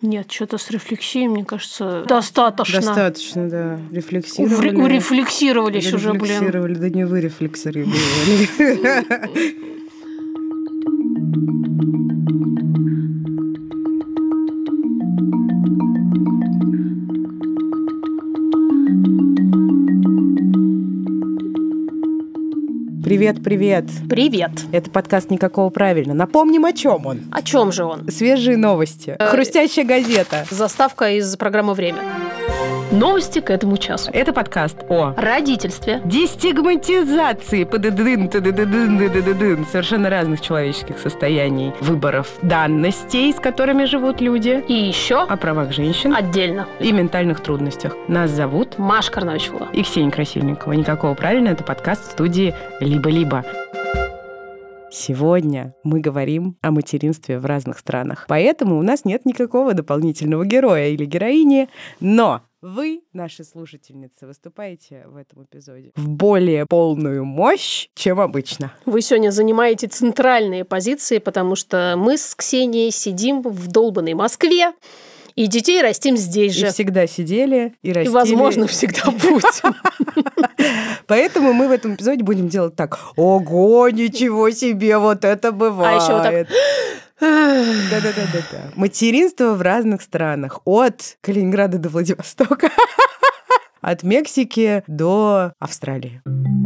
Нет, что-то с рефлексией, мне кажется, достаточно. Достаточно, да. Рефлексировали. Урефлексировались уже, блин. Рефлексировали, да не вы рефлексировали. Привет, привет. Привет. Это подкаст «Никакого правильно». Напомним, о чем он. О чем же он? Свежие новости. Хрустящая газета. Заставка из программы «Время». Новости к этому часу. Это подкаст о родительстве, дестигматизации совершенно разных человеческих состояний, выборов, данностей, с которыми живут люди, и еще о правах женщин отдельно и ментальных трудностях. Нас зовут Маша Карновичева и Ксения Красильникова. «Никакого правильно» — это подкаст в студии «Либо-либо». Сегодня мы говорим о материнстве в разных странах. Поэтому у нас нет никакого дополнительного героя или героини, но вы, наши слушательницы, выступаете в этом эпизоде в более полную мощь, чем обычно. Вы сегодня занимаете центральные позиции, потому что мы с Ксенией сидим в долбанной Москве, и детей растим здесь же. И всегда сидели, и растили. И, возможно, всегда будем. Поэтому мы в этом эпизоде будем делать так. Ого, ничего себе, вот это бывает. А еще вот так. Да. Материнство в разных странах. От Калининграда до Владивостока. От Мексики до Австралии.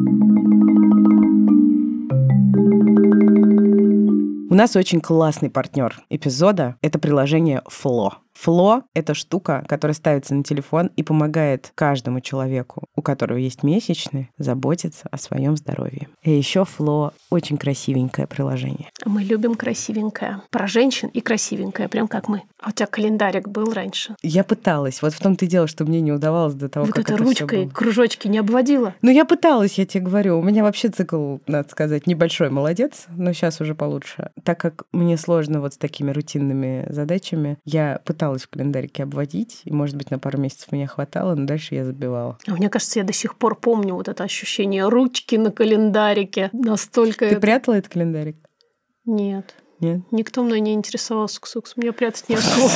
У нас очень классный партнер эпизода. Это приложение Flo. Flo — это штука, которая ставится на телефон и помогает каждому человеку, у которого есть месячные, заботиться о своем здоровье. И еще Flo — очень красивенькое приложение. Мы любим красивенькое. Про женщин и красивенькое, прям как мы. А у тебя календарик был раньше? Я пыталась. Вот в том-то и дело, что мне не удавалось до того, вот как это это ручкой всё было. кружочки не обводила? Ну, я пыталась, я тебе говорю. У меня вообще цикл, надо сказать, небольшой, молодец, но сейчас уже получше. Так как мне сложно вот с такими рутинными задачами, я пыталась в календарике обводить, и, может быть, на пару месяцев меня хватало, но дальше я забивала. Мне кажется, я до сих пор помню вот это ощущение ручки на календарике. Настолько... Ты прятала этот календарик? Нет. Нет? Никто мной не интересовался, ксукс. Мне прятать не особо.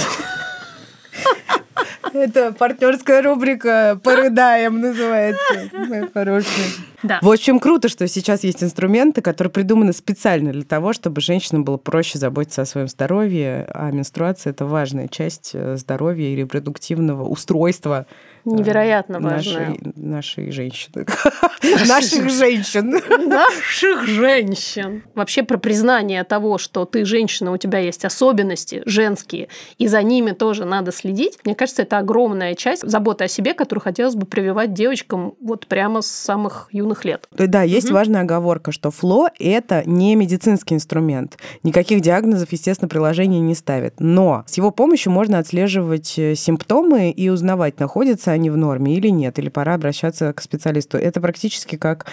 Это партнерская рубрика «Порыдаем» называется. Моя хорошая. Да. В общем, круто, что сейчас есть инструменты, которые придуманы специально для того, чтобы женщинам было проще заботиться о своем здоровье, а менструация — это важная часть здоровья и репродуктивного устройства невероятно важная. Нашей женщины. Наших женщин. Наших женщин. Вообще про признание того, что ты женщина, у тебя есть особенности женские, и за ними тоже надо следить. Мне кажется, это огромная часть заботы о себе, которую хотелось бы прививать девочкам вот прямо с самых юных лет. Да, есть важная оговорка, что Flo — это не медицинский инструмент. Никаких диагнозов, естественно, приложение не ставит. Но с его помощью можно отслеживать симптомы и узнавать, находятся они в норме или нет, или пора обращаться к специалисту. Это практически как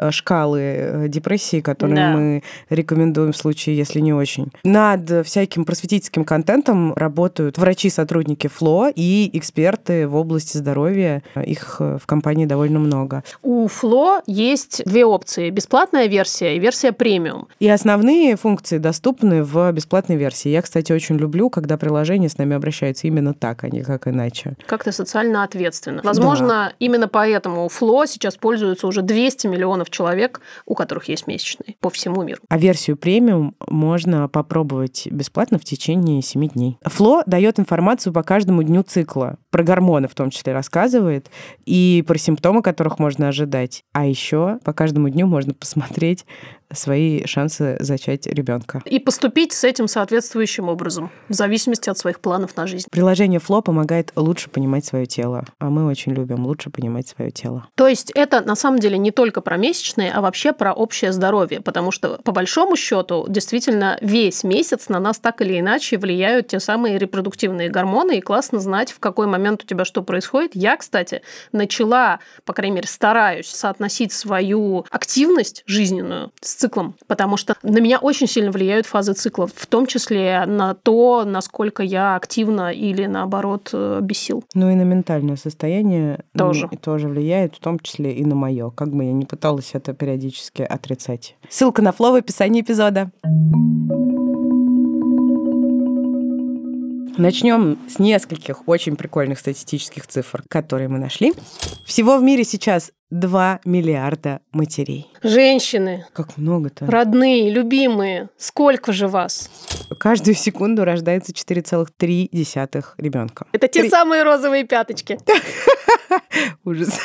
шкалы депрессии, которые мы рекомендуем в случае, если не очень. Над всяким просветительским контентом работают врачи-сотрудники Flo и эксперты в области здоровья. Их в компании довольно много. У Flo есть две опции: бесплатная версия и версия премиум. И основные функции доступны в бесплатной версии. Я, кстати, очень люблю, когда приложение с нами обращается именно так, а не как иначе. Как-то социально ответственно. Возможно, именно поэтому Flo сейчас пользуются уже 200 миллионов человек, у которых есть месячные по всему миру. А версию премиум можно попробовать бесплатно в течение 7 дней. Flo дает информацию по каждому дню цикла. Про гормоны в том числе рассказывает, и про симптомы, которых можно ожидать. А еще по каждому дню можно посмотреть свои шансы зачать ребенка. И поступить с этим соответствующим образом, в зависимости от своих планов на жизнь. Приложение Flo помогает лучше понимать свое тело, а мы очень любим лучше понимать свое тело. То есть это на самом деле не только про месячные, а вообще про общее здоровье, потому что по большому счету действительно весь месяц на нас так или иначе влияют те самые репродуктивные гормоны, и классно знать, в какой момент у тебя что происходит. Я, кстати, начала, по крайней мере, стараюсь соотносить свою активность жизненную с циклом, потому что на меня очень сильно влияют фазы цикла, в том числе на то, насколько я активна или, наоборот, без сил. Ну и на ментальное состояние тоже влияет, в том числе и на мое, как бы я ни пыталась это периодически отрицать. Ссылка на Flo в описании эпизода. Начнем с нескольких очень прикольных статистических цифр, которые мы нашли. Всего в мире сейчас 2 миллиарда матерей. Женщины. Как много-то. Родные, любимые. Сколько же вас? Каждую секунду рождается 4,3 ребенка. Это те самые розовые пяточки. Ужас.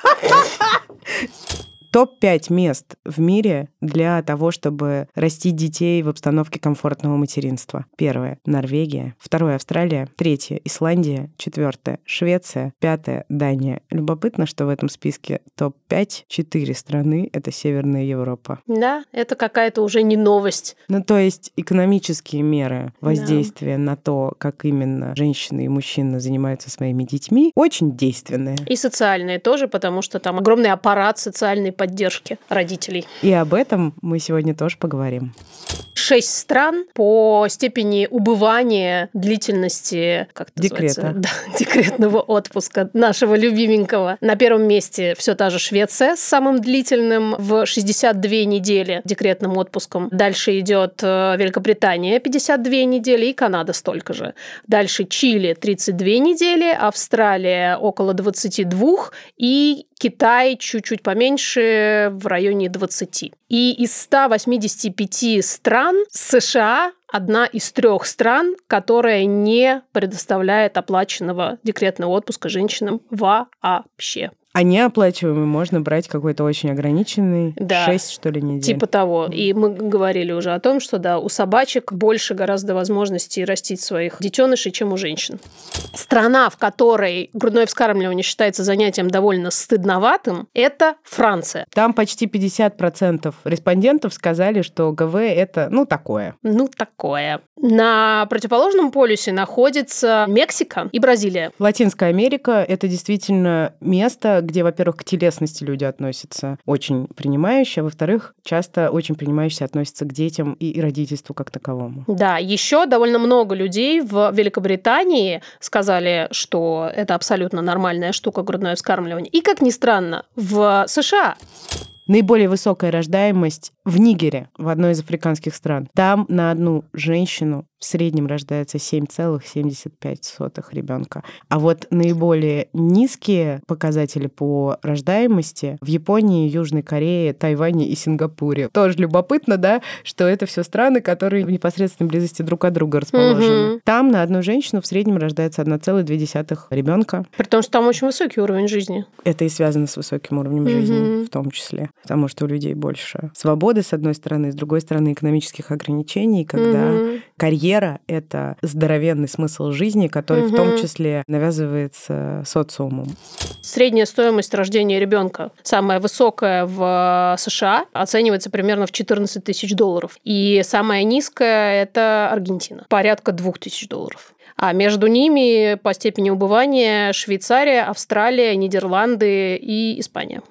Топ-5 мест в мире для того, чтобы растить детей в обстановке комфортного материнства. 1 — Норвегия. 2 — Австралия. 3 — Исландия. 4 — Швеция. 5 — Дания. Любопытно, что в этом списке топ-5 4 страны — это Северная Европа. Да, это какая-то уже не новость. Ну, то есть экономические меры воздействия на то, как именно женщины и мужчины занимаются своими детьми, очень действенные. И социальные тоже, потому что там огромный аппарат социальной поддержки родителей. И об этом мы сегодня тоже поговорим. 6 стран по степени убывания длительности, как это декрета. называется? Да, декретного отпуска нашего любименького. На первом месте все та же Швеция с самым длительным в 62 недели декретным отпуском. Дальше идет Великобритания 52 недели и Канада столько же. Дальше Чили 32 недели, Австралия около 22 и Китай чуть-чуть поменьше, в районе 20. И из 185 стран США одна из 3 стран, которая не предоставляет оплаченного декретного отпуска женщинам вообще. А неоплачиваемый можно брать какой-то очень ограниченный, да, 6, что ли, недель. Типа того. И мы говорили уже о том, что да, у собачек больше гораздо возможностей растить своих детенышей, чем у женщин. Страна, в которой грудное вскармливание считается занятием довольно стыдноватым, это Франция. Там почти 50% респондентов сказали, что ГВ – это, такое. Такое. На противоположном полюсе находится Мексика и Бразилия. Латинская Америка – это действительно место, где, во-первых, к телесности люди относятся очень принимающе, а во-вторых, часто очень принимающе относятся к детям и родительству как таковому. Да, еще довольно много людей в Великобритании сказали, что это абсолютно нормальная штука грудное вскармливание. И, как ни странно, в США наиболее высокая рождаемость в Нигере, в одной из африканских стран. Там на одну женщину в среднем рождается 7,75 ребенка. А вот наиболее низкие показатели по рождаемости в Японии, Южной Корее, Тайване и Сингапуре. Тоже любопытно, да, что это все страны, которые в непосредственной близости друг от друга расположены. Там на одну женщину в среднем рождается 1,2 ребенка. При том, что там очень высокий уровень жизни. Это и связано с высоким уровнем жизни в том числе. Потому что у людей больше свободы, с одной стороны, с другой стороны, экономических ограничений, когда карьера — это здоровенный смысл жизни, который в том числе навязывается социумом. Средняя стоимость рождения ребенка, самая высокая в США, оценивается примерно в $14 тысяч. И самая низкая – это Аргентина, порядка $2000. А между ними по степени убывания Швейцария, Австралия, Нидерланды и Испания.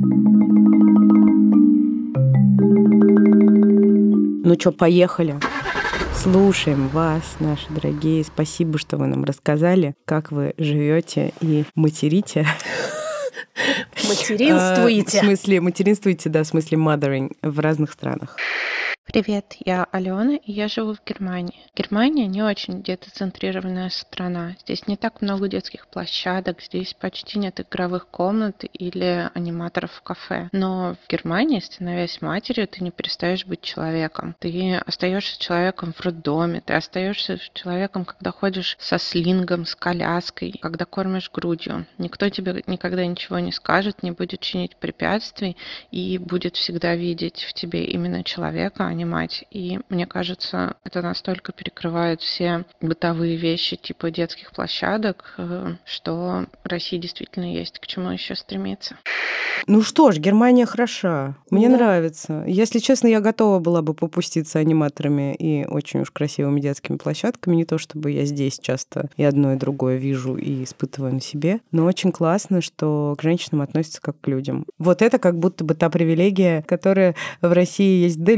Ну что, поехали. Слушаем вас, наши дорогие. Спасибо, что вы нам рассказали, как вы живете и материте. Материнствуете. В смысле, материнствуете, да, в смысле mothering в разных странах. Привет, я Алена, и я живу в Германии. Германия не очень децентрированная страна. Здесь не так много детских площадок, здесь почти нет игровых комнат или аниматоров в кафе. Но в Германии, становясь матерью, ты не перестаешь быть человеком. Ты остаешься человеком в роддоме, ты остаешься человеком, когда ходишь со слингом, с коляской, когда кормишь грудью. Никто тебе никогда ничего не скажет, не будет чинить препятствий и будет всегда видеть в тебе именно человека, а не мать. И мне кажется, это настолько перекрывает все бытовые вещи типа детских площадок, что России действительно есть к чему еще стремиться. Ну что ж, Германия хороша. Мне нравится. Если честно, я готова была бы попуститься аниматорами и очень уж красивыми детскими площадками. Не то чтобы я здесь часто и одно, и другое вижу и испытываю на себе. Но очень классно, что к женщинам относятся как к людям. Вот это как будто бы та привилегия, которая в России есть далеко не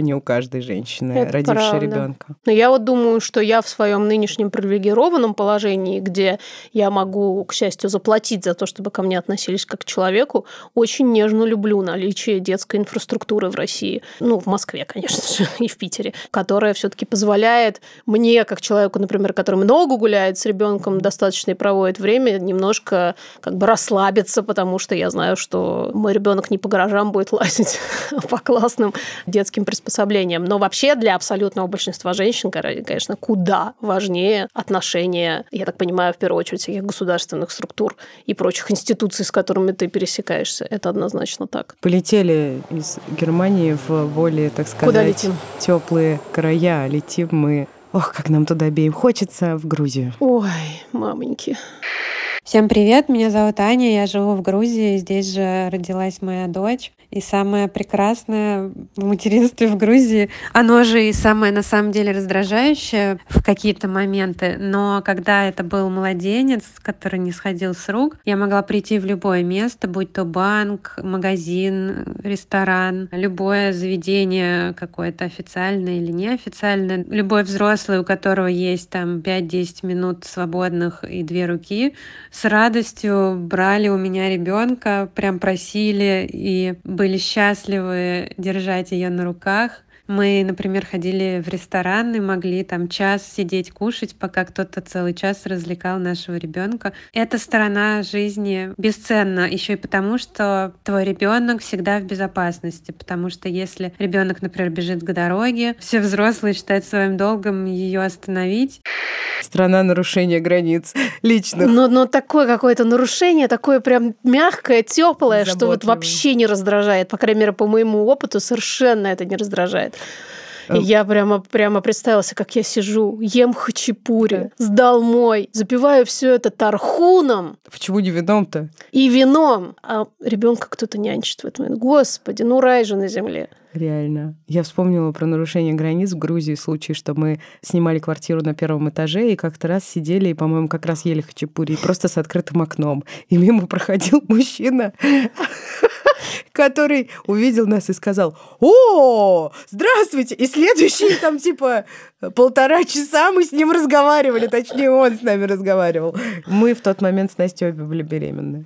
не у каждой женщины, Это родившей правда. ребенка. Но я вот думаю, что я в своем нынешнем привилегированном положении, где я могу, к счастью, заплатить за то, чтобы ко мне относились как к человеку, очень нежно люблю наличие детской инфраструктуры в России. В Москве, конечно же, и в Питере, которая все-таки позволяет мне, как человеку, например, который много гуляет с ребенком, достаточно и проводит время, немножко расслабиться, потому что я знаю, что мой ребенок не по гаражам будет лазить по классным детским приспособлениям. Но вообще для абсолютного большинства женщин, конечно, куда важнее отношения, я так понимаю, в первую очередь, всяких государственных структур и прочих институций, с которыми ты пересекаешься. Это однозначно так. Полетели из Германии в более, так сказать, теплые края. Летим мы. Ох, как нам туда обеим хочется, в Грузию. Ой, мамоньки. Всем привет, меня зовут Аня, я живу в Грузии, здесь же родилась моя дочь. И самое прекрасное в материнстве в Грузии, оно же и самое на самом деле раздражающее в какие-то моменты, но когда это был младенец, который не сходил с рук, я могла прийти в любое место, будь то банк, магазин, ресторан, любое заведение какое-то официальное или неофициальное, любой взрослый, у которого есть там 5-10 минут свободных и 2 руки, с радостью брали у меня ребенка, прям просили и были счастливы держать ее на руках. Мы, например, ходили в ресторан и могли там час сидеть кушать, пока кто-то целый час развлекал нашего ребенка. Эта сторона жизни бесценна еще и потому, что твой ребенок всегда в безопасности, потому что если ребенок, например, бежит к дороге, все взрослые считают своим долгом ее остановить. Страна нарушения границ личных. Но такое какое-то нарушение, такое прям мягкое, теплое, что вот вообще не раздражает. По крайней мере, по моему опыту совершенно это не раздражает. И я прямо представила себе, как я сижу, ем хачапури с долмой, запиваю все это тархуном. Почему не вином-то? И вином. А ребенка кто-то нянчит в этот момент. Господи, рай же на земле. Реально. Я вспомнила про нарушение границ в Грузии, случай, что мы снимали квартиру на 1-м этаже и как-то раз сидели и, по-моему, как раз ели хачапури просто с открытым окном. И мимо проходил мужчина, который увидел нас и сказал: «О, здравствуйте!» И следующие там 1,5 часа мы с ним разговаривали, точнее, он с нами разговаривал. Мы в тот момент с Настей обе были беременны.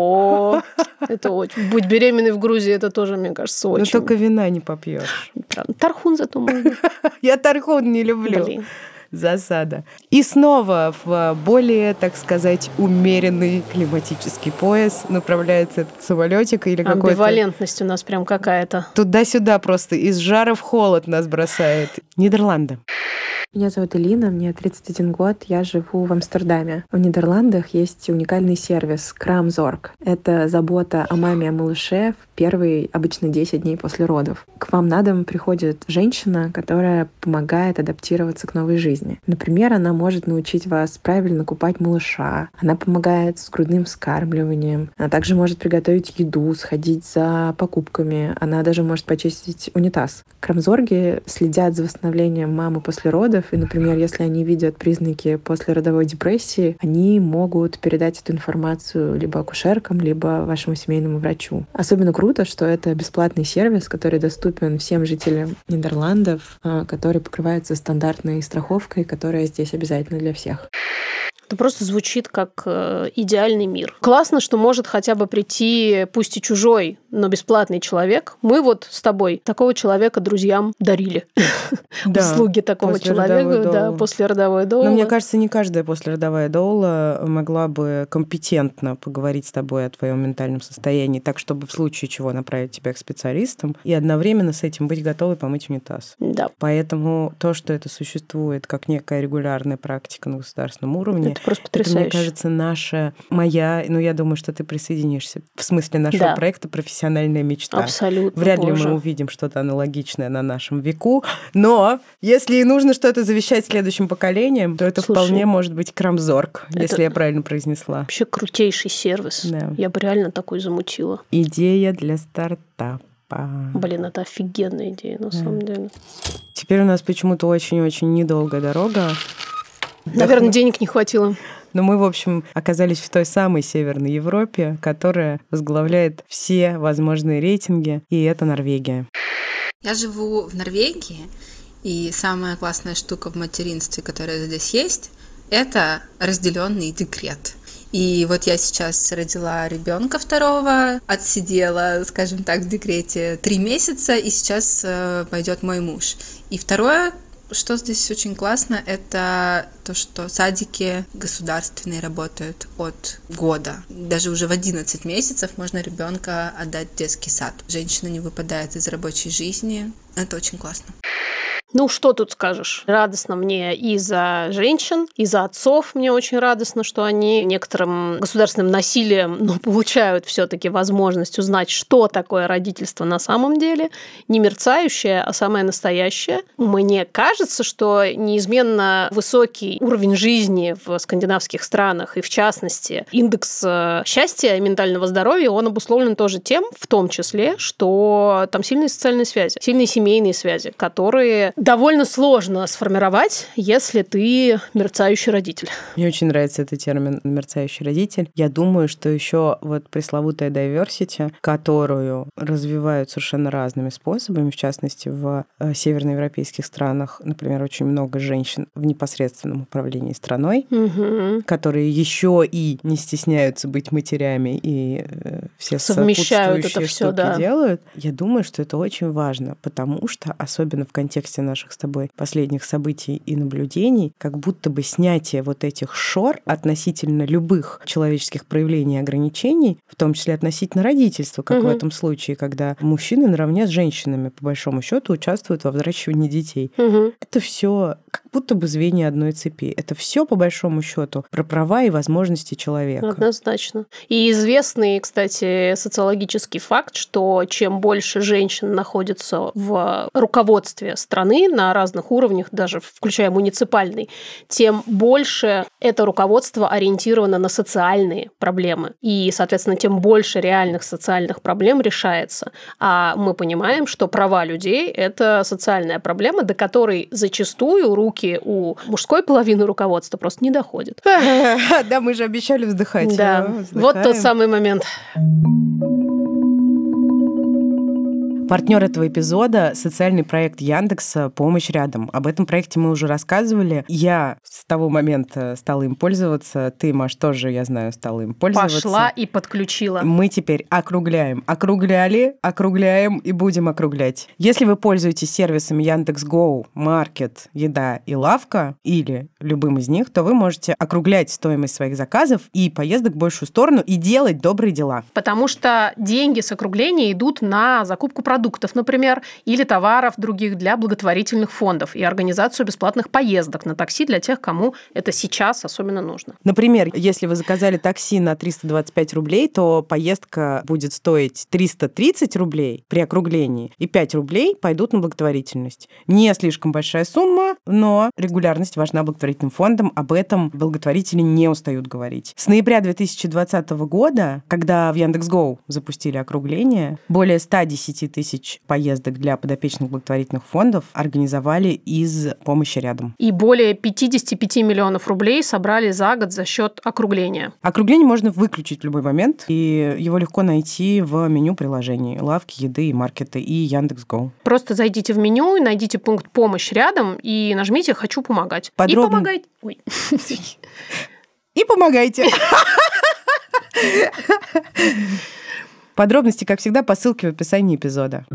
О, это очень. Быть беременной в Грузии, это тоже, мне кажется, очень. Но только вина не попьешь. Тархун зато можно. Я тархун не люблю. Блин. Засада. И снова в более, так сказать, умеренный климатический пояс направляется этот самолетик или какой-то... Амбивалентность у нас прям какая-то. Туда-сюда просто из жара в холод нас бросает. Нидерланды. Меня зовут Элина, мне 31 год, я живу в Амстердаме. В Нидерландах есть уникальный сервис Крамзорг. Это забота о маме и о малыше в первые обычно 10 дней после родов. К вам на дом приходит женщина, которая помогает адаптироваться к новой жизни. Например, она может научить вас правильно купать малыша, она помогает с грудным вскармливанием, она также может приготовить еду, сходить за покупками, она даже может почистить унитаз. Крамзорги следят за восстановлением мамы после родов, и, например, если они видят признаки послеродовой депрессии, они могут передать эту информацию либо акушеркам, либо вашему семейному врачу. Особенно круто, что это бесплатный сервис, который доступен всем жителям Нидерландов, который покрывается стандартной страховкой, которая здесь обязательно для всех. Это просто звучит как идеальный мир. Классно, что может хотя бы прийти, пусть и чужой, но бесплатный человек. Мы вот с тобой такого человека друзьям дарили. Услуги такого человека после родовой доулы. Но мне кажется, не каждая послеродовая доула могла бы компетентно поговорить с тобой о твоем ментальном состоянии, так, чтобы в случае чего направить тебя к специалистам и одновременно с этим быть готовой помыть унитаз. Да. Поэтому то, что это существует как некая регулярная практика на государственном уровне, это просто потрясающе. Это, мне кажется, моя, я думаю, что ты присоединишься, в смысле нашего проекта «Профессиональная мечта». Абсолютно. Вряд ли мы увидим что-то аналогичное на нашем веку, но если и нужно что-то завещать следующим поколениям, то это вполне может быть Крамзорг, если я правильно произнесла. Вообще крутейший сервис. Да. Я бы реально такой замутила. Идея для стартапа. Блин, это офигенная идея, на самом деле. Теперь у нас почему-то очень-очень недолгая дорога. Наверное, денег не хватило. Но мы, в общем, оказались в той самой Северной Европе, которая возглавляет все возможные рейтинги, и это Норвегия. Я живу в Норвегии, и самая классная штука в материнстве, которая здесь есть, это разделенный декрет. И вот я сейчас родила ребенка второго, отсидела, скажем так, в декрете 3 месяца, и сейчас пойдет мой муж. И второе, что здесь очень классно, это то, что садики государственные работают от года. Даже уже в 11 месяцев можно ребенка отдать в детский сад. Женщина не выпадает из рабочей жизни. Это очень классно. Ну, что тут скажешь? Радостно мне и за женщин, и за отцов. Мне очень радостно, что они некоторым государственным насилием, получают все-таки возможность узнать, что такое родительство на самом деле. Не мерцающее, а самое настоящее. Мне кажется, что неизменно высокий уровень жизни в скандинавских странах, и в частности индекс счастья и ментального здоровья, он обусловлен тоже тем, в том числе, что там сильные социальные связи, сильные семейные связи, которые довольно сложно сформировать, если ты мерцающий родитель. Мне очень нравится этот термин «мерцающий родитель». Я думаю, что еще вот пресловутая diversity, которую развивают совершенно разными способами, в частности, в северноевропейских странах, например, очень много женщин в непосредственном управлении страной, которые еще и не стесняются быть матерями и все совмещают сопутствующие это все, штуки делают. Я думаю, что это очень важно, потому что, особенно в контексте наших с тобой последних событий и наблюдений, как будто бы снятие вот этих шор относительно любых человеческих проявлений и ограничений, в том числе относительно родительства, как в этом случае, когда мужчины наравне с женщинами, по большому счету, участвуют во взращивании детей. Это все как будто бы звенья одной цепи. Это все по большому счету про права и возможности человека. Однозначно. И известный, кстати, социологический факт, что чем больше женщин находится в руководстве страны на разных уровнях, даже включая муниципальный, тем больше это руководство ориентировано на социальные проблемы. И, соответственно, тем больше реальных социальных проблем решается. А мы понимаем, что права людей – это социальная проблема, до которой зачастую руки у мужской половины руководства просто не доходят. Да, мы же обещали вздыхать. Да, вот тот самый момент. Партнер этого эпизода – социальный проект Яндекса «Помощь рядом». Об этом проекте мы уже рассказывали. Я с того момента стала им пользоваться. Ты, Маш, тоже, я знаю, стала им пользоваться. Пошла и подключила. Мы теперь округляем. Округляли, округляем и будем округлять. Если вы пользуетесь сервисами Яндекс.Гоу, Маркет, Еда и Лавка или любым из них, то вы можете округлять стоимость своих заказов и поездок в большую сторону и делать добрые дела. Потому что деньги с округления идут на закупку продуктов, например, или товаров других для благотворительных фондов и организацию бесплатных поездок на такси для тех, кому это сейчас особенно нужно. Например, если вы заказали такси на 325 рублей, то поездка будет стоить 330 рублей при округлении, и 5 рублей пойдут на благотворительность. Не слишком большая сумма, но регулярность важна благотворительным фондам. Об этом благотворители не устают говорить. С ноября 2020 года, когда в Яндекс.Гоу запустили округление, более 110 тысяч поездок для подопечных благотворительных фондов организовали из помощи рядом. И более 55 миллионов рублей собрали за год за счет округления. Округление можно выключить в любой момент, и его легко найти в меню приложений лавки, еды и маркеты и Яндекс.Гоу. Просто зайдите в меню, найдите пункт «Помощь рядом» и нажмите «Хочу помогать». И помогайте. Ой. И помогайте. Подробности, как всегда, по ссылке в описании эпизода.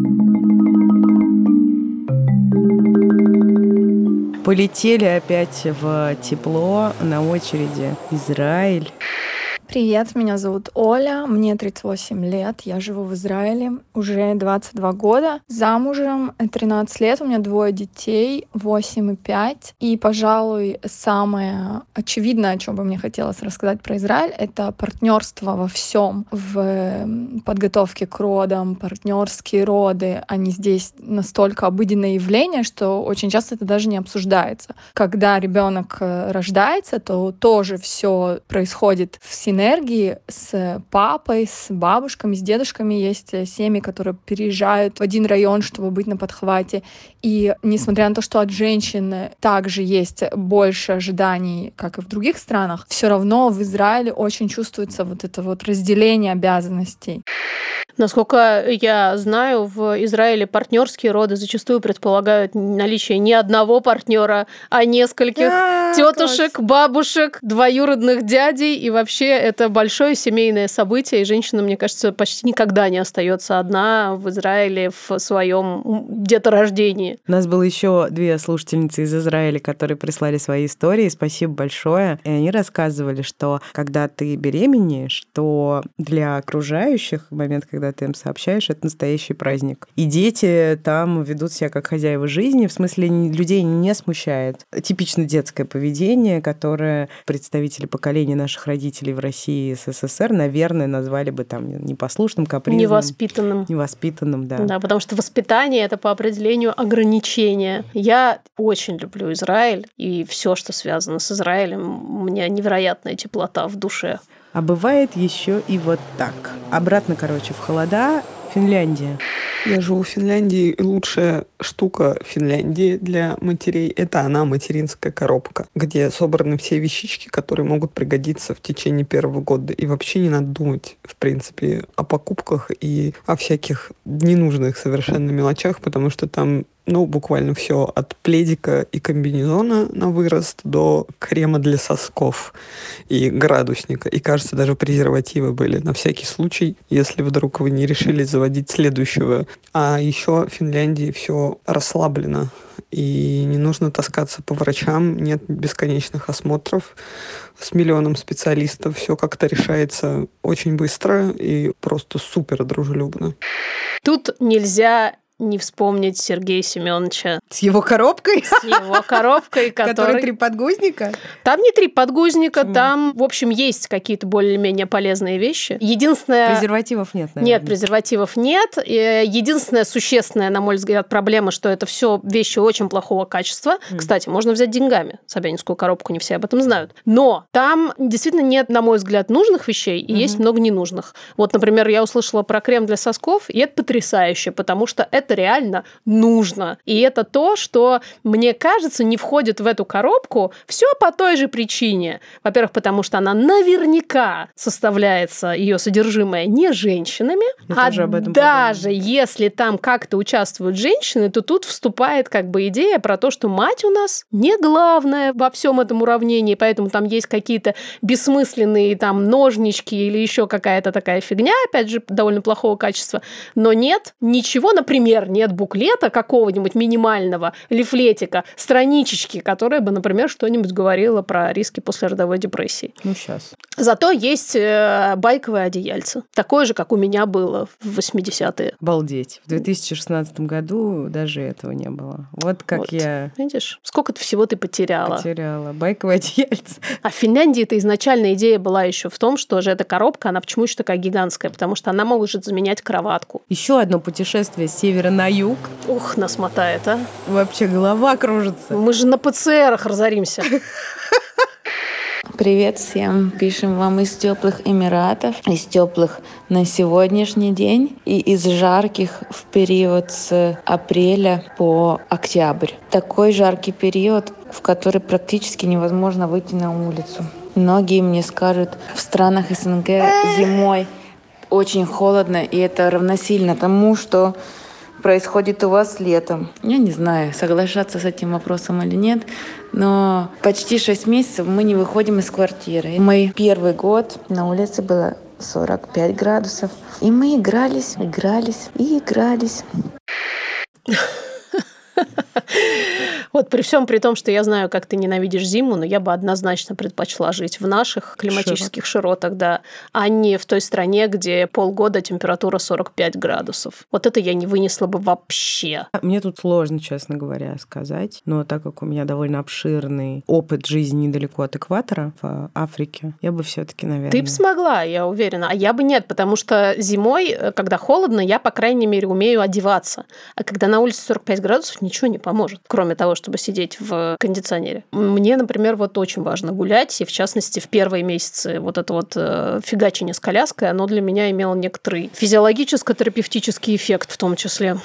Полетели опять в тепло, на очереди Израиль. Привет, меня зовут Оля, мне 38 лет, я живу в Израиле уже 22 года, замужем 13 лет, у меня 2 детей, 8 и 5. И, пожалуй, самое очевидное, о чем бы мне хотелось рассказать про Израиль, это партнерство во всем, в подготовке к родам, партнерские роды. Они здесь настолько обыденное явление, что очень часто это даже не обсуждается. Когда ребенок рождается, то тоже все происходит в синергии с папой, с бабушками, с дедушками. Есть семьи, которые переезжают в один район, чтобы быть на подхвате. И несмотря на то, что от женщин также есть больше ожиданий, как и в других странах, все равно в Израиле очень чувствуется вот это вот разделение обязанностей. Насколько я знаю, в Израиле партнерские роды зачастую предполагают наличие не одного партнера, а нескольких тетушек, бабушек, двоюродных дядей. И вообще это большое семейное событие. И женщина, мне кажется, почти никогда не остается одна в Израиле в своем деторождении. У нас было еще 2 слушательницы из Израиля, которые прислали свои истории. Спасибо большое. И они рассказывали, что когда ты беременеешь, то для окружающих в момент, когда ты им сообщаешь, это настоящий праздник. И дети там ведут себя как хозяева жизни, в смысле людей не смущает. Типично детское поведение, которое представители поколения наших родителей в России и СССР, наверное, назвали бы там непослушным, капризным. Невоспитанным, да. Да, потому что воспитание – это по определению ограничение. Я очень люблю Израиль, и все, что связано с Израилем, у меня невероятная теплота в душе. А бывает еще и вот так. Обратно, в холода. Финляндия. Я живу в Финляндии, и лучшая штука Финляндии для матерей – это она материнская коробка, где собраны все вещички, которые могут пригодиться в течение первого года. И вообще не надо думать, в принципе, о покупках и о всяких ненужных совершенно мелочах, потому что там буквально все от пледика и комбинезона на вырост до крема для сосков и градусника. И, кажется, даже презервативы были на всякий случай, если вдруг вы не решили заводить следующего. А еще в Финляндии все расслаблено. И не нужно таскаться по врачам, нет бесконечных осмотров с миллионом специалистов. Все как-то решается очень быстро и просто супер дружелюбно. Тут нельзя не вспомнить Сергея Семеновича. С его коробкой? С его коробкой, который 3 подгузника? Там не 3 подгузника, там, в общем, есть какие-то более-менее полезные вещи. Единственное... Презервативов нет, наверное. Нет, презервативов нет. Единственная существенная, на мой взгляд, проблема, что это все вещи очень плохого качества. Кстати, можно взять деньгами собянинскую коробку, не все об этом знают. Но там действительно нет, на мой взгляд, нужных вещей, и есть много ненужных. Вот, например, я услышала про крем для сосков, и это потрясающе, потому что это реально нужно. И это то, что, мне кажется, не входит в эту коробку все по той же причине. Во-первых, потому что она наверняка составляется, ее содержимое, не женщинами, даже если там как-то участвуют женщины, то тут вступает идея про то, что мать у нас не главная во всем этом уравнении, поэтому там есть какие-то бессмысленные там ножнички или еще какая-то такая фигня, опять же, довольно плохого качества, но нет ничего, например, нет буклета какого-нибудь минимального, лифлетика, страничечки, которая бы, например, что-нибудь говорила про риски послеродовой депрессии. Сейчас. Зато есть байковое одеяльце. Такое же, как у меня было в 80-е. Обалдеть. В 2016 году даже этого не было. Вот как я... Видишь, сколько всего ты потеряла. Байковое одеяльце. А в Финляндии эта изначальная идея была еще в том, что же эта коробка, она почему еще такая гигантская? Потому что она может заменять кроватку. Еще одно путешествие с севера на юг. Ух, нас мотает, а? Вообще голова кружится. Мы же на ПЦРах разоримся. Привет всем! Пишем вам из теплых Эмиратов, из теплых на сегодняшний день и из жарких в период с апреля по октябрь. Такой жаркий период, в который практически невозможно выйти на улицу. Многие мне скажут, в странах СНГ зимой очень холодно, и это равносильно тому, что происходит у вас летом. Я не знаю, соглашаться с этим вопросом или нет, но почти 6 месяцев мы не выходим из квартиры. Мой первый год на улице было 45 градусов, и мы игрались. Вот при всем при том, что я знаю, как ты ненавидишь зиму, но я бы однозначно предпочла жить в наших климатических широтах, да, а не в той стране, где полгода температура 45 градусов. Вот это я не вынесла бы вообще. Мне тут сложно, честно говоря, сказать, но так как у меня довольно обширный опыт жизни недалеко от экватора, в Африке, я бы все-таки, наверное... Ты бы смогла, я уверена, а я бы нет, потому что зимой, когда холодно, я, по крайней мере, умею одеваться. А когда на улице 45 градусов, ничего не поможет, кроме того, чтобы сидеть в кондиционере. Мне, например, вот очень важно гулять, и в частности в первые месяцы вот это вот фигачение с коляской, оно для меня имело некоторый физиологическо-терапевтический эффект в том числе.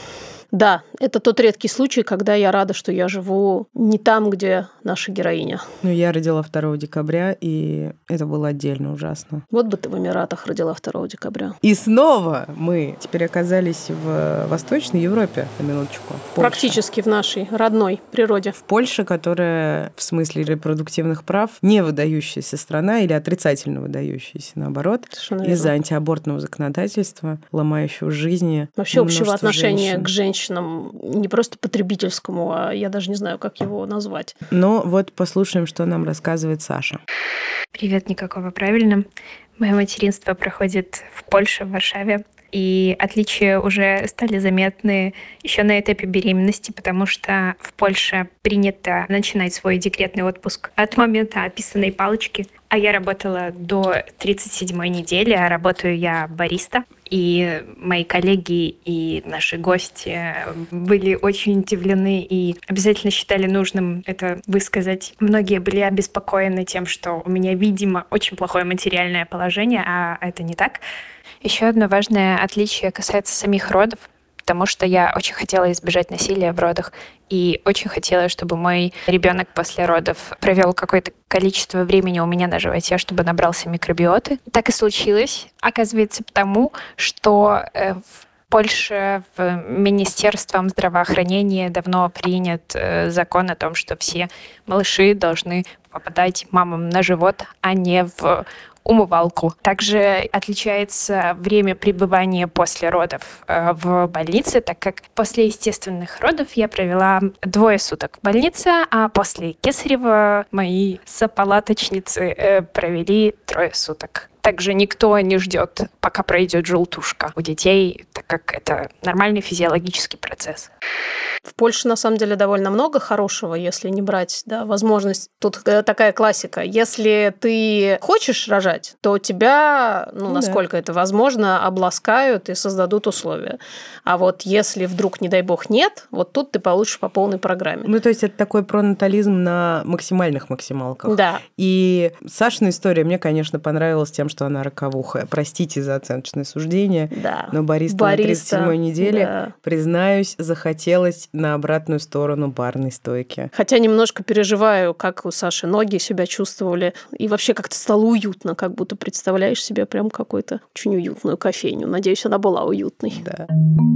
Да, это тот редкий случай, когда я рада, что я живу не там, где наша героиня. Ну, я родила 2 декабря, и это было отдельно ужасно. Вот бы ты в Эмиратах родила 2 декабря. И снова мы теперь оказались в Восточной Европе, на минуточку. Практически в нашей родной природе. В Польше, которая в смысле репродуктивных прав не выдающаяся страна или отрицательно выдающаяся, наоборот, из-за антиабортного законодательства, ломающего жизни. Вообще общего отношения женщин к женщинам, не просто потребительскому, а я даже не знаю, как его назвать. Но вот послушаем, что нам рассказывает Саша. Привет, никакого правильно. Мое материнство проходит в Польше, в Варшаве. И отличия уже стали заметны еще на этапе беременности, потому что в Польше принято начинать свой декретный отпуск от момента описанной палочки. А я работала до 37-й недели, а работаю я бариста. И мои коллеги и наши гости были очень удивлены и обязательно считали нужным это высказать. Многие были обеспокоены тем, что у меня, видимо, очень плохое материальное положение, а это не так. Еще одно важное отличие касается самих родов, потому что я очень хотела избежать насилия в родах и очень хотела, чтобы мой ребенок после родов провел какое-то количество времени у меня на животе, чтобы набрался микробиоты. Так и случилось, оказывается, потому что в Польше в Министерством здравоохранения давно принят закон о том, что все малыши должны попадать мамам на живот, а не в умывалку. Также отличается время пребывания после родов в больнице, так как после естественных родов я провела 2 суток в больнице, а после кесарева мои сопалаточницы провели 3 суток. Также никто не ждет, пока пройдет желтушка у детей, так как это нормальный физиологический процесс. В Польше, на самом деле, довольно много хорошего, если не брать возможность. Тут такая классика. Если ты хочешь рожать, то тебя, насколько это возможно, обласкают и создадут условия. А вот если вдруг, не дай бог, нет, вот тут ты получишь по полной программе. Ну, то есть это такой пронатализм на максимальных максималках. Да. И Сашина история мне, конечно, понравилась тем, что она роковуха. Простите за оценочное суждение, да. Но бариста на 37-й неделе, признаюсь, захотелось на обратную сторону барной стойки. Хотя немножко переживаю, как у Саши ноги себя чувствовали. И вообще как-то стало уютно, как будто представляешь себе прям какую-то очень уютную кофейню. Надеюсь, она была уютной. Да.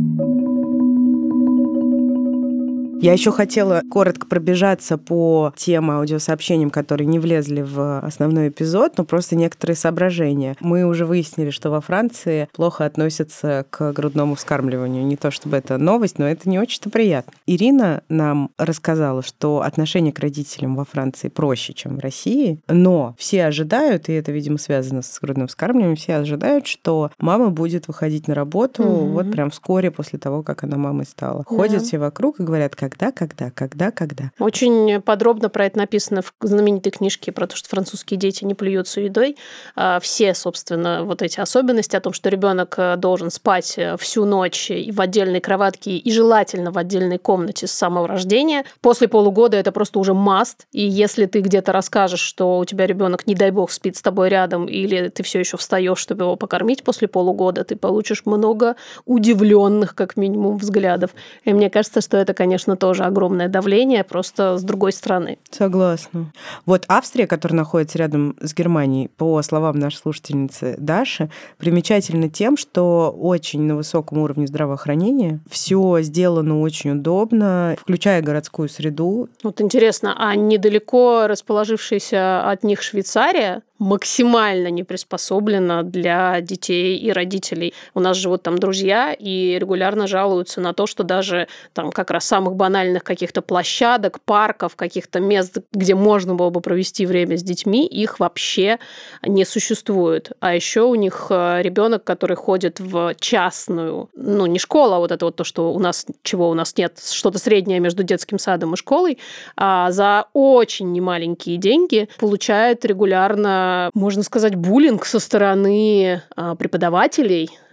Я еще хотела коротко пробежаться по тем аудиосообщениям, которые не влезли в основной эпизод, но просто некоторые соображения. Мы уже выяснили, что во Франции плохо относятся к грудному вскармливанию. Не то чтобы это новость, но это не очень-то приятно. Ирина нам рассказала, что отношение к родителям во Франции проще, чем в России, но все ожидают, и это, видимо, связано с грудным вскармливанием, все ожидают, что мама будет выходить на работу вот прям вскоре после того, как она мамой стала. Ходят все вокруг и говорят, когда. Очень подробно про это написано в знаменитой книжке про то, что французские дети не плюются едой. Все, собственно, вот эти особенности о том, что ребенок должен спать всю ночь и в отдельной кроватке, и желательно в отдельной комнате с самого рождения. После полугода это просто уже must. И если ты где-то расскажешь, что у тебя ребенок, не дай бог, спит с тобой рядом, или ты все еще встаешь, чтобы его покормить после полугода, ты получишь много удивленных, как минимум, взглядов. И мне кажется, что это, конечно, тоже огромное давление, просто с другой стороны. Согласна. Вот Австрия, которая находится рядом с Германией, по словам нашей слушательницы Даши, примечательна тем, что очень на высоком уровне здравоохранения, все сделано очень удобно, включая городскую среду. Вот интересно, а недалеко расположившаяся от них Швейцария максимально не приспособлена для детей и родителей. У нас живут там друзья и регулярно жалуются на то, что даже там как раз самых банальных каких-то площадок, парков, каких-то мест, где можно было бы провести время с детьми, их вообще не существует. А еще у них ребенок, который ходит в частную, не школу, а вот это вот то, что у нас, чего у нас нет, что-то среднее между детским садом и школой, за очень немаленькие деньги получает регулярно, можно сказать, буллинг со стороны преподавателей,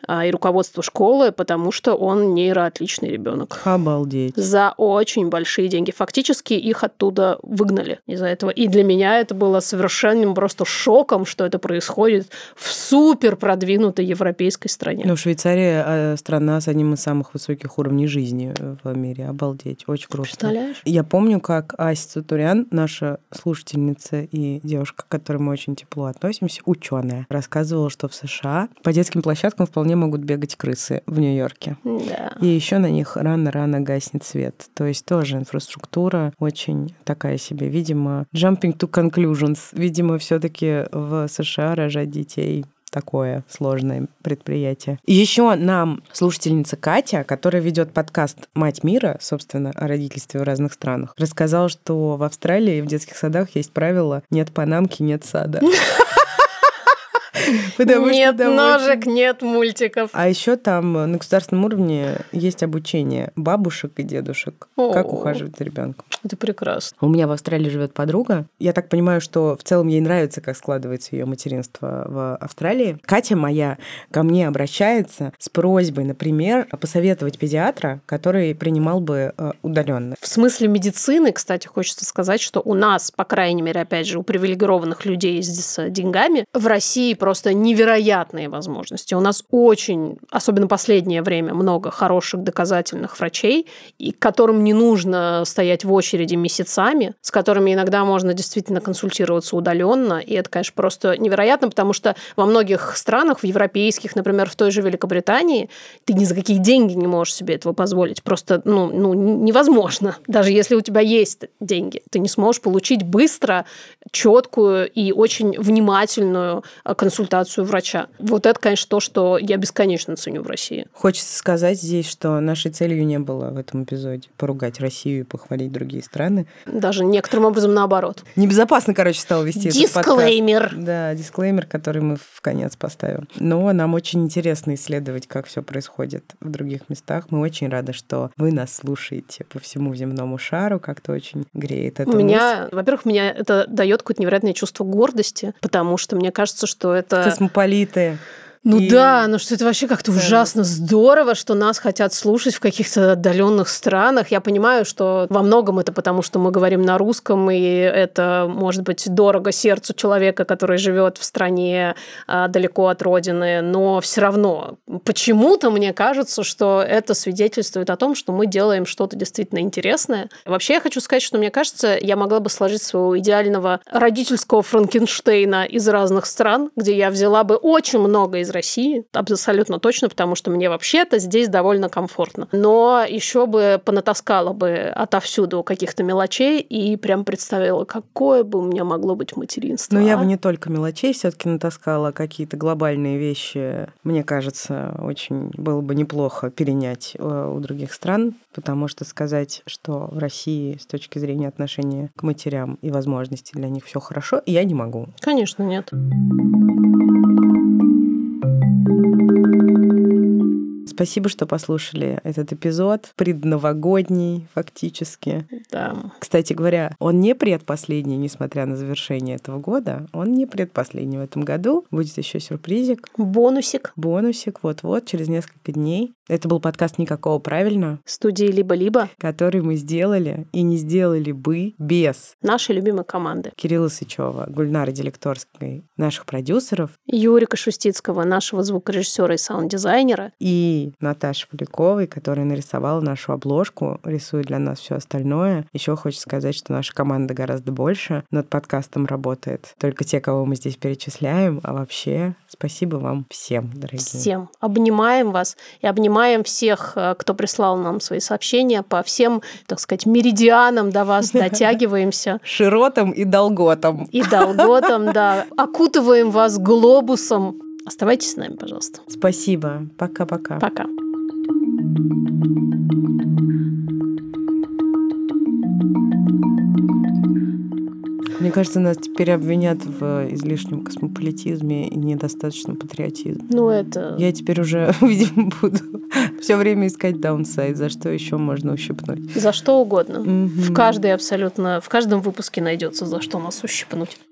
и руководство школы, потому что он нейроотличный ребенок. Обалдеть. За очень большие деньги. Фактически их оттуда выгнали из-за этого. И для меня это было совершенным просто шоком, что это происходит в супер продвинутой европейской стране. Ну, Швейцария страна с одним из самых высоких уровней жизни в мире. Обалдеть. Очень круто. Представляешь? Я помню, как Ася Цутурян, наша слушательница и девушка, к которой мы очень тепло относимся, ученая, рассказывала, что в США по детским площадкам вполне могут бегать крысы в Нью-Йорке. Да. И еще на них рано-рано гаснет свет. То есть тоже инфраструктура очень такая себе. Видимо, jumping to conclusions. Видимо, все-таки в США рожать детей такое сложное предприятие. И еще нам слушательница Катя, которая ведет подкаст «Мать мира», собственно, о родительстве в разных странах, рассказала, что в Австралии в детских садах есть правило «нет панамки, нет сада». Нет ножек, нет мультиков. А еще там на государственном уровне есть обучение бабушек и дедушек, как ухаживать за ребенком. Это прекрасно. У меня в Австралии живет подруга. Я так понимаю, что в целом ей нравится, как складывается ее материнство в Австралии. Катя моя ко мне обращается с просьбой, например, посоветовать педиатра, который принимал бы удаленно. В смысле медицины, кстати, хочется сказать, что у нас, по крайней мере, опять же, у привилегированных людей с деньгами, в России просто невероятные возможности. У нас очень, особенно последнее время, много хороших доказательных врачей, и к которым не нужно стоять в очереди месяцами, с которыми иногда можно действительно консультироваться удаленно. И это, конечно, просто невероятно, потому что во многих странах, в европейских, например, в той же Великобритании, ты ни за какие деньги не можешь себе этого позволить. Просто невозможно. Даже если у тебя есть деньги, ты не сможешь получить быстро, четкую и очень внимательную консультацию врача. Вот это, конечно, то, что я бесконечно ценю в России. Хочется сказать здесь, что нашей целью не было в этом эпизоде поругать Россию и похвалить другие страны. Даже некоторым образом наоборот. Небезопасно, короче, стало вести этот подкаст. Дисклеймер. Да, дисклеймер, который мы в конец поставим. Но нам очень интересно исследовать, как все происходит в других местах. Мы очень рады, что вы нас слушаете по всему земному шару. Как-то очень греет это. Во-первых, меня это дает какое-то невероятное чувство гордости, потому что мне кажется, что это... Космополиты. Что это вообще как-то ужасно здорово, что нас хотят слушать в каких-то отдаленных странах. Я понимаю, что во многом это потому, что мы говорим на русском, и это, может быть, дорого сердцу человека, который живет в стране далеко от родины, но все равно почему-то мне кажется, что это свидетельствует о том, что мы делаем что-то действительно интересное. Вообще я хочу сказать, что мне кажется, я могла бы сложить своего идеального родительского Франкенштейна из разных стран, где я взяла бы очень много из России, абсолютно точно, потому что мне вообще-то здесь довольно комфортно. Но еще бы понатаскала бы отовсюду каких-то мелочей и прям представила, какое бы у меня могло быть материнство. Но я бы не только мелочей все-таки натаскала, какие-то глобальные вещи, мне кажется, очень было бы неплохо перенять у других стран, потому что сказать, что в России с точки зрения отношения к матерям и возможностей для них все хорошо, я не могу. Конечно, нет. Спасибо, что послушали этот эпизод, предновогодний фактически. Да. Кстати говоря, он не предпоследний, несмотря на завершение этого года. Он не предпоследний в этом году. Будет еще сюрпризик. Бонусик. Бонусик, вот-вот, через несколько дней. Это был подкаст «Никакого правильно». Студии «Либо-либо», который мы сделали и не сделали бы без нашей любимой команды. Кирилла Сычева, Гульнары Делекторской, наших продюсеров. Юрика Шустицкого, нашего звукорежиссера и саунд-дизайнера. И Наташи Поляковой, которая нарисовала нашу обложку, рисует для нас все остальное. Еще хочется сказать, что наша команда гораздо больше над подкастом работает. Только те, кого мы здесь перечисляем. А вообще, спасибо вам всем, дорогие. Всем. Обнимаем вас и обнимаем всех, кто прислал нам свои сообщения. По всем, так сказать, меридианам до вас дотягиваемся. Широтам и долготам. И долготам, да. Окутываем вас глобусом. Оставайтесь с нами, пожалуйста. Спасибо. Пока-пока. Пока. Мне кажется, нас теперь обвинят в излишнем космополитизме и недостаточном патриотизме. Это... Я теперь уже, видимо, буду все время искать даунсайд, за что еще можно ущипнуть. За что угодно. В каждом выпуске найдется, за что нас ущипнуть.